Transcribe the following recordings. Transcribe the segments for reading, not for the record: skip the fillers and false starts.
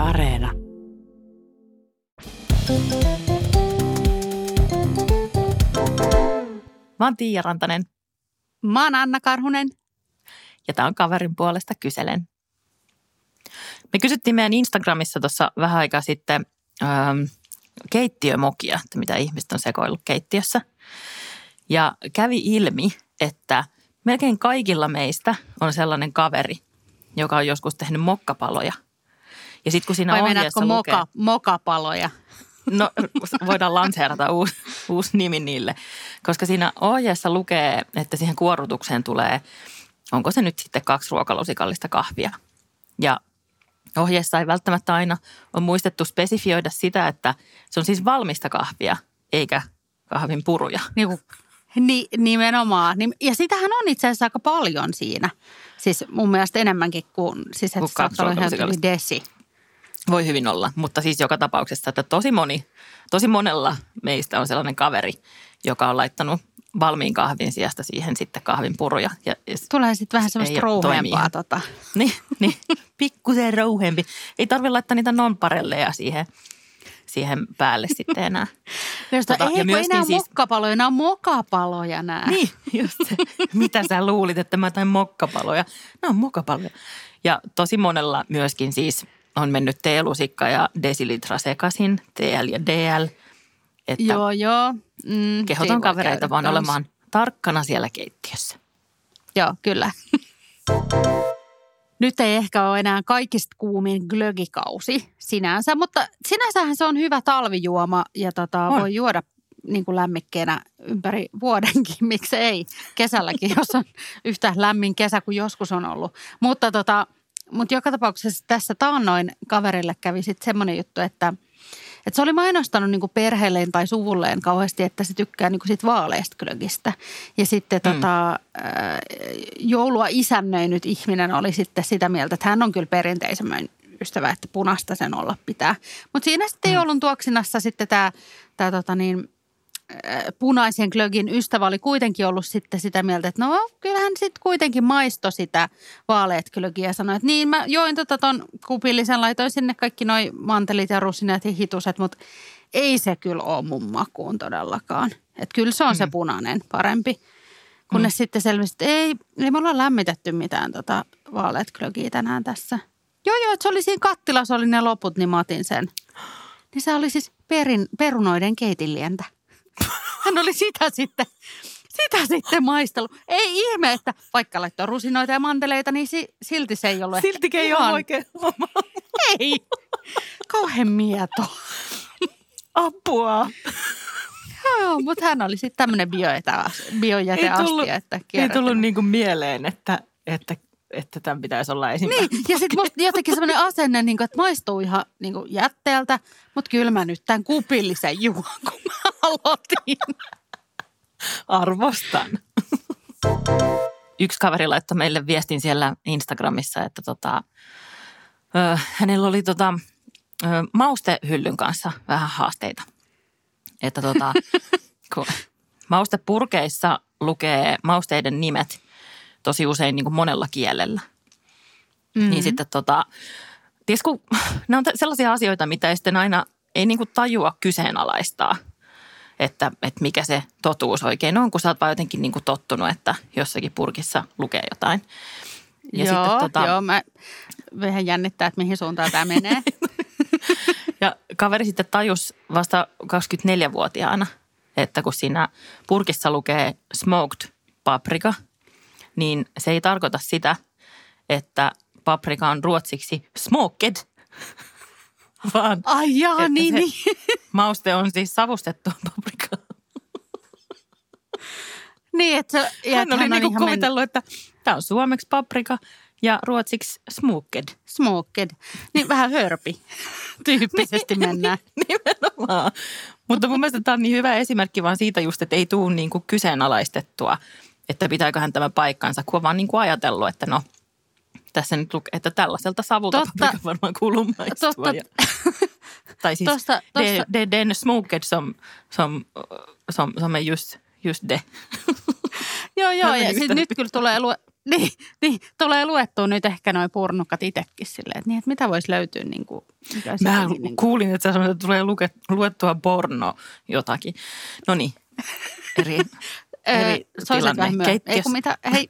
Areena. Mä oon Tiia Rantanen. Mä oon Anna Karhunen. Ja tää on Kaverin puolesta kyselen. Me kysyttiin meidän Instagramissa tuossa vähän aikaa sitten keittiömokia, että mitä ihmiset on sekoillut keittiössä. Ja kävi ilmi, että melkein kaikilla meistä on sellainen kaveri, joka on joskus tehnyt mokkapaloja. Ja sitten kun siinä ohjeessa lukee... mokapaloja? No, voidaan lanseerata uusi nimi niille, koska siinä ohjeessa lukee, että siihen kuorutukseen tulee, onko se nyt sitten 2 ruokalusikallista kahvia. Ja ohjeessa ei välttämättä aina ole muistettu spesifioida sitä, että se on siis valmista kahvia, eikä kahvin puruja. Nimenomaan. Ja sitähän on itse asiassa aika paljon siinä. Siis mun mielestä enemmänkin kuin, siis että saattaa olla ihan desi. Voi hyvin olla, mutta siis joka tapauksessa, että tosi monella meistä on sellainen kaveri, joka on laittanut valmiin kahvin sijasta siihen sitten kahvin puruja. Ja tulee sitten vähän semmoista rouheempaa Niin, pikkusen rouheempi. Ei tarvitse laittaa niitä nonparelleja siihen päälle sitten enää. Ei kun enää mokkapaloja, nämä on mokapaloja nämä. Niin, just se. Mitä sä luulit, että mä tain mokkapaloja? Nämä on mokapaloja. Ja tosi monella myöskin siis on mennyt teelusikka ja desilitra sekaisin, TL ja DL. Että joo. Kehotan kavereita vaan olemaan tarkkana siellä keittiössä. Joo, kyllä. Nyt ei ehkä ole enää kaikista kuumin glögikausi sinänsä, mutta sinänsähän se on hyvä talvijuoma ja voi juoda niin kuin lämmikkeenä ympäri vuodenkin, miksi ei kesälläkin, jos on yhtä lämmin kesä kuin joskus on ollut. Mutta joka tapauksessa tässä taannoin kaverille kävi sitten semmoinen juttu, että se oli mainostanut niin kuin perheelleen tai suvulleen kauheasti, että se tykkää niin kuin sit vaaleasta glögistä. Ja sitten joulua isännöinyt ihminen oli sitten sitä mieltä, että hän on kyllä perinteisemmän ystävä, että punaista sen olla pitää. Mutta siinä sitten joulun tuoksinassa sitten tämä punaisen glögin ystävä oli kuitenkin ollut sitten sitä mieltä, että no kyllähän sitten kuitenkin maistoi sitä vaaleat glögiä ja sanoi, että niin mä join ton kupillisen, laitoin sinne kaikki noi mantelit ja rusinat ja hituset, mutta ei se kyllä ole mun makuun todellakaan. Että kyllä se on se punainen parempi. Kunnes sitten selvisi, että ei me olla lämmitetty mitään vaaleat glögiä tänään tässä. Joo, että se oli siinä kattilassa, oli ne loput, niin mä otin sen. Niin se oli siis perunoiden keitinlientä. Hän oli sitä sitten maistellut. Ei ihme, että vaikka laittoi rusinoita ja manteleita, niin silti se ei ollut. Siltikin ei ole oikein oma. Ei. Kauhean mieto. Apua. Joo, mutta hän oli sitten tämmöinen biojäteastia. Ei tullut niin kuin mieleen, että tämän pitäisi olla esimerkiksi. Niin, ja sitten musta jotenkin semmoinen asenne, että maistuu ihan jätteeltä, mutta kyllä mä nyt tämän kupillisen juon, kun mä aloitin. Arvostan. Yksi kaveri laittoi meille viestin siellä Instagramissa, että hänellä oli maustehyllyn kanssa vähän haasteita. Että kun maustepurkeissa lukee mausteiden nimet tosi usein niin kuin monella kielellä. Niin sitten kun nämä on sellaisia asioita, mitä ei sitten aina ei niin kuin tajua kyseenalaistaa, että mikä se totuus oikein on, kun sä oot vaan jotenkin niin kuin tottunut, että jossakin purkissa lukee jotain. Ja joo, mä vähän jännittää, että mihin suuntaan tämä menee. Ja kaveri sitten tajusi vasta 24-vuotiaana, että kun siinä purkissa lukee smoked paprika, niin se ei tarkoita sitä, että paprika on ruotsiksi smoked, vaan niin. Mauste on siis savustettua paprikaa. Niin, että hän oli niin kuvitellut, että tämä on suomeksi paprika ja ruotsiksi smoked. Smoked. Niin vähän hörpi tyyppisesti mennään. Nimenomaan. Mutta mun mielestä tämä on niin hyvä esimerkki vaan siitä just, että ei tule niin kuin kyseenalaistettua, että pitääköhän tämä paikkansa, kun on vaan niin kuin ajatellut, että no tässä nyt lukee, että tällaiselta savulta paprika varmaan kuuluu maistua. Tai siis den smoked som är just det. Joo, ja sitten nyt kyllä tulee Niin, tulee luettua nyt ehkä noi pornukat itsekin silleen, että, niin, että mitä voisi löytyä niin kuin. Mä kuulin, että sä sanoit, että tulee luettua porno jotakin. No niin, eri tilanne. Ei kun mitä, hei.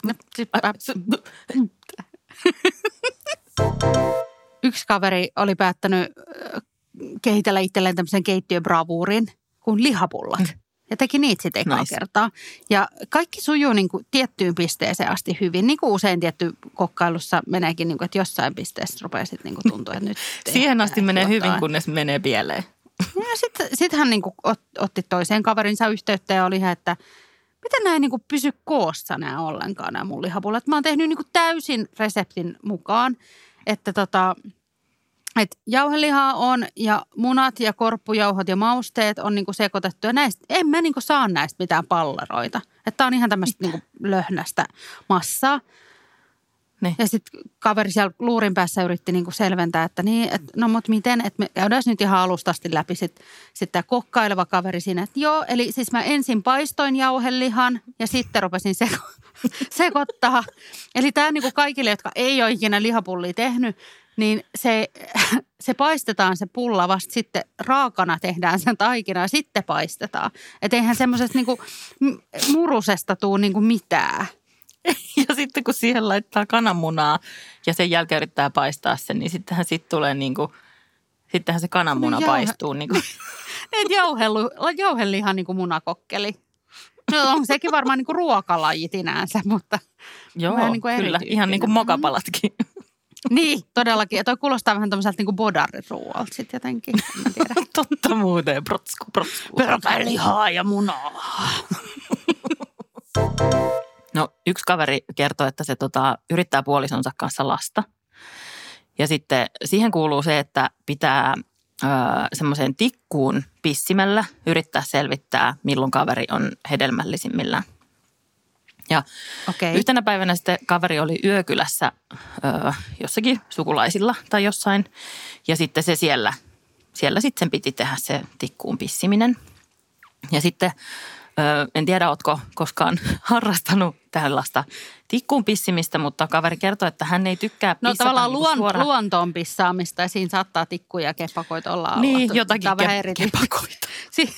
Yksi kaveri oli päättänyt kehitellä itselleen tämmöisen keittiöbravuurin kuin lihapullat. Ja teki niitä sitten ekaa kertaa. Ja kaikki sujuu niin kuin tiettyyn pisteeseen asti hyvin. Niin kuin usein tietty kokkailussa meneekin, niin kuin, että jossain pisteessä rupeaa sitten niin kuin tuntua, että nyt siihen asti menee jotain hyvin, kunnes menee pieleen. Ja sitten hän niin kuin otti toiseen kaverinsa yhteyttä ja oli ihan, että miten nämä ei niin kuin pysy koossa nämä ollenkaan nämä mun lihapullat. Mä oon tehnyt niin kuin täysin reseptin mukaan, että että jauhelihaa on ja munat ja korppujauhot ja mausteet on niinku sekoitettu. Ja näistä, en mä niinku saa näistä mitään palleroita. Että tää on ihan tämmöistä niinku löhnästä massaa. Ne. Ja sitten kaveri siellä luurin päässä yritti niinku selventää, että niin, että no mut miten, että me käydään nyt ihan alusta asti läpi. Sitten tämä kokkaileva kaveri siinä, että joo, eli siis mä ensin paistoin jauhelihan ja sitten rupesin sekoittaa. Eli tämä niinku kaikille, jotka ei ole ikinä lihapullia tehnyt, niin se paistetaan se pulla vasta sitten raakana tehdään sen taikina ja sitten paistetaan. Että eihän semmoisesta niinku murusesta tule niinku mitään. Ja sitten kun siihen laittaa kananmunaa ja sen jälkeen yrittää paistaa sen, niin sittenhän tulee niinku, sittenhän se kananmuna paistuu. Niinku. Et jauhelihan niinku munakokkeli. No on sekin varmaan niinku ruokalaji sinänsä, mutta joo, niinku kyllä. Ihan niin kuin mokapalatkin. Niin, todellakin. Ja toi kuulostaa vähän tämmöiseltä niin kuin bodariruualta sitten jotenkin. En tiedä. Totta muuten. Protsku. Lihaa ja munaa. No yksi kaveri kertoi, että se yrittää puolisonsa kanssa lasta. Ja sitten siihen kuuluu se, että pitää semmoiseen tikkuun pissimällä yrittää selvittää, milloin kaveri on hedelmällisimmillään. Ja yhtenä päivänä sitten kaveri oli yökylässä jossakin sukulaisilla tai jossain. Ja sitten se siellä sitten sen piti tehdä se tikkuun pissiminen. Ja sitten en tiedä, ootko koskaan harrastanut tällaista tikkuun pissimistä, mutta kaveri kertoi, että hän ei tykkää pissata. No tavallaan luontoon pissaamista ja siinä saattaa tikkuja ja kepakoita olla alla. Niin, jotakin kepakoita.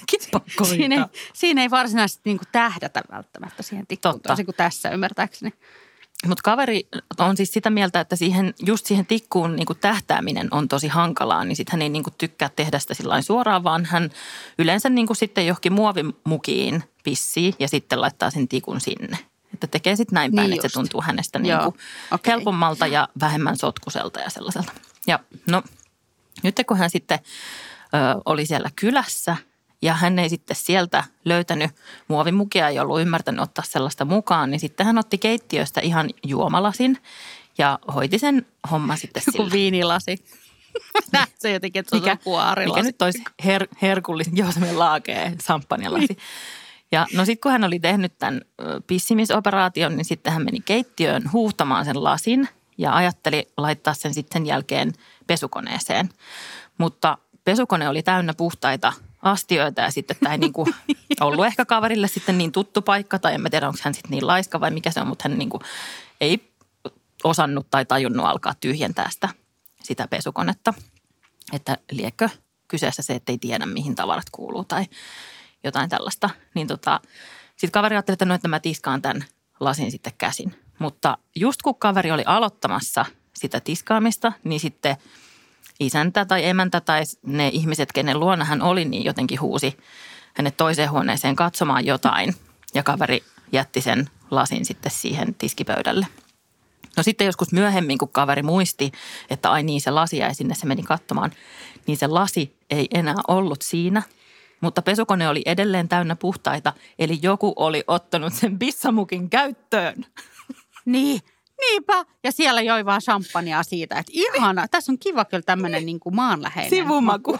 Siinä ei varsinaisesti niin kuin tähdätä välttämättä siihen tikkuun, tosi kuin tässä ymmärtääkseni. Mutta kaveri on siis sitä mieltä, että just siihen tikkuun niin kuin tähtääminen on tosi hankalaa, niin sitten hän ei niin kuin tykkää tehdä sitä sillain suoraan, vaan hän yleensä niin kuin sitten johonkin muovimukiin pissii ja sitten laittaa sen tikun sinne. Että tekee sitten näin päin, että se tuntuu hänestä niin kuin helpommalta ja vähemmän sotkuselta ja sellaiselta. Ja no nyt kun hän sitten oli siellä kylässä ja hän ei sitten sieltä löytänyt muovimukia, ei ollut ymmärtänyt ottaa sellaista mukaan, niin sitten hän otti keittiöstä ihan juomalasin ja hoiti sen homman sitten sillä. Joku viinilasi. Se jotenkin, että se on kuorilasi. Mikä nyt olisi herkullisen, joo semmoinen laakea samppanjalasi. Niin. Ja no sitten kun hän oli tehnyt tämän pissimisoperaation, niin sitten hän meni keittiöön huuhtamaan sen lasin ja ajatteli laittaa sen sitten sen jälkeen pesukoneeseen. Mutta pesukone oli täynnä puhtaita astioita ja sitten tämä ei niin kuin ollut ehkä kaverille sitten niin tuttu paikka tai en mä tiedä, onko hän sitten niin laiska vai mikä se on, mutta hän niin kuin ei osannut tai tajunnut alkaa tyhjentää sitä pesukonetta. Että liekö kyseessä se, että ei tiedä mihin tavarat kuuluu tai jotain tällaista. Niin sitten kaveri ajatteli, että no, että mä tiskaan tämän lasin sitten käsin. Mutta just kun kaveri oli aloittamassa sitä tiskaamista, niin sitten isäntä tai emäntä tai ne ihmiset, kenen luona hän oli, niin jotenkin huusi hänet toiseen huoneeseen katsomaan jotain. Ja kaveri jätti sen lasin sitten siihen tiskipöydälle. No sitten joskus myöhemmin, kun kaveri muisti, että ai niin se lasi jäi sinne, se meni katsomaan, niin se lasi ei enää ollut siinä. Mutta pesukone oli edelleen täynnä puhtaita, eli joku oli ottanut sen pissamukin käyttöön. Niin. Niinpä. Ja siellä joi vaan champagnea siitä, että ihana. Tässä on kiva kyllä tämmöinen niin kuin maanläheinen sivumaku.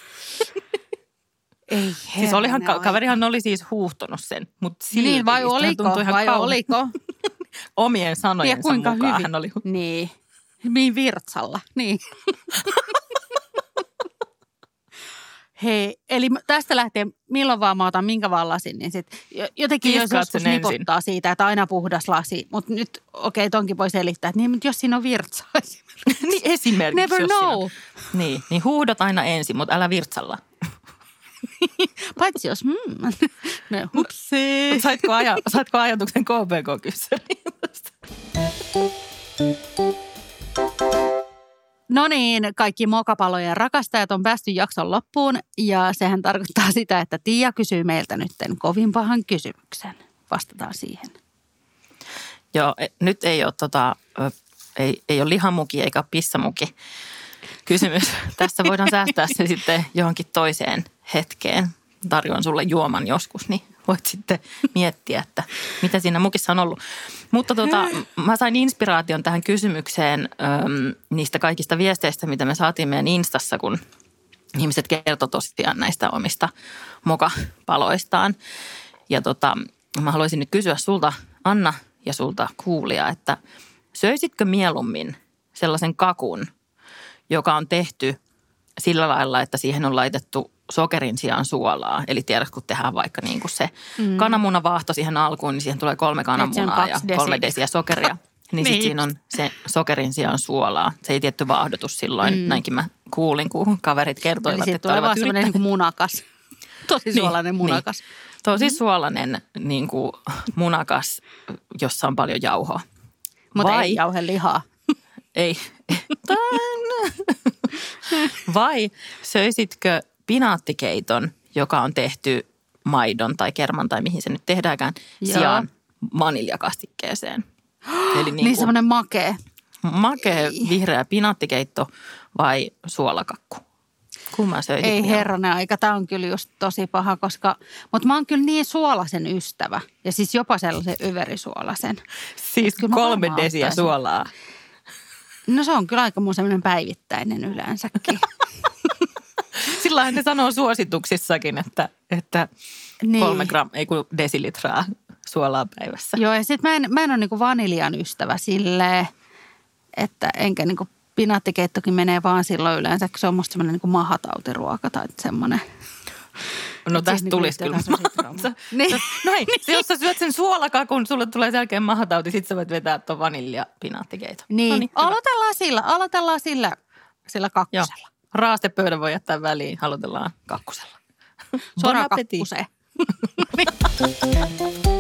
Ei siis kaverihan oli siis huuhtonut sen, mutta silti. Niin, vai oliko? Omien sanojensa mukaan hyvin hän oli. Niin virtsalla, niin. Hei, eli tästä lähtien milloin vaan mä otan minkä vaan lasin, niin sit jotenkin jos Kiskaat joskus sen nipottaa siitä, että aina puhdas lasi. Mutta nyt, tonkin voi selittää, että niin, mutta jos siinä on virtsaa esimerkiksi. Niin esimerkiksi. Never jos know. Niin huuhdot aina ensin, mutta älä virtsalla. Paitsi jos, hupsi. Saitko ajatuksen KPK-kyselystä? No niin, kaikki mokapalojen rakastajat on päästy jakson loppuun ja sehän tarkoittaa sitä, että Tiia kysyy meiltä nytten kovin pahan kysymyksen. Vastataan siihen. Joo, nyt ei ole, ei ole lihamuki eikä pissamuki kysymys. Tässä voidaan säästää se sitten johonkin toiseen hetkeen. Tarjoan sulle juoman joskus, niin voit sitten miettiä, että mitä siinä mukissa on ollut. Mutta mä sain inspiraation tähän kysymykseen niistä kaikista viesteistä, mitä me saatiin meidän Instassa, kun ihmiset kertoi tosiaan näistä omista mokapaloistaan. Ja mä haluaisin nyt kysyä sulta, Anna, ja sulta kuulija, että söisitkö mieluummin sellaisen kakun, joka on tehty sillä lailla, että siihen on laitettu sokerin sijaan suolaa. Eli tiedät, kun tehdään vaikka niin kuin se kananmunavaahto siihen alkuun, niin siihen tulee 3 kananmunaa ja 3 desiä sokeria. Niin sitten siinä on se sokerin sijaan suolaa. Se ei tietty vaahdotus silloin. Näinkin mä kuulin, kun kaverit kertoivat, että tulee vaan semmoinen niin kuin munakas. Tosi suolainen munakas. Niin. Tosi suolainen niin kuin munakas, jossa on paljon jauhoa. Mutta ei jauhelihaa. Ei. Vai söisitkö pinaattikeiton, joka on tehty maidon tai kerman tai mihin se nyt tehdäänkään, sijaan vaniljakastikkeeseen? Eli niin semmoinen makea. Makea vihreä pinaattikeitto vai suolakakku? Kumman söisit? Ei herranen aika, tämä on kyllä just tosi paha, mutta mä oon kyllä niin suolasen ystävä. Ja siis jopa sellaisen överisuolasen. Siis 3 desiä suolaa. No se on kyllä aika mun semmoinen päivittäinen yleensäkin. Sillähän ne sanoo suosituksissakin, että 3 desilitraa suolaa päivässä. Joo, ja sitten mä en ole niinku vaniljan ystävä silleen, että enkä niinku pinaattikeittokin menee vaan silloin yleensä, kun se on musta semmoinen niinku mahatautiruoka tai semmoinen. No tästä tulisi kyllä niin. Noin, jos sä syöt sen suolakakun, sulle tulee sen jälkeen mahatauti, sit sä voit vetää tuon vanilja-pinaattikeiton. Niin, aloitellaan sillä kakkusella. Joo. Raastepöydän voi jättää väliin, aloitellaan kakkusella. Suoraan kakkuseen.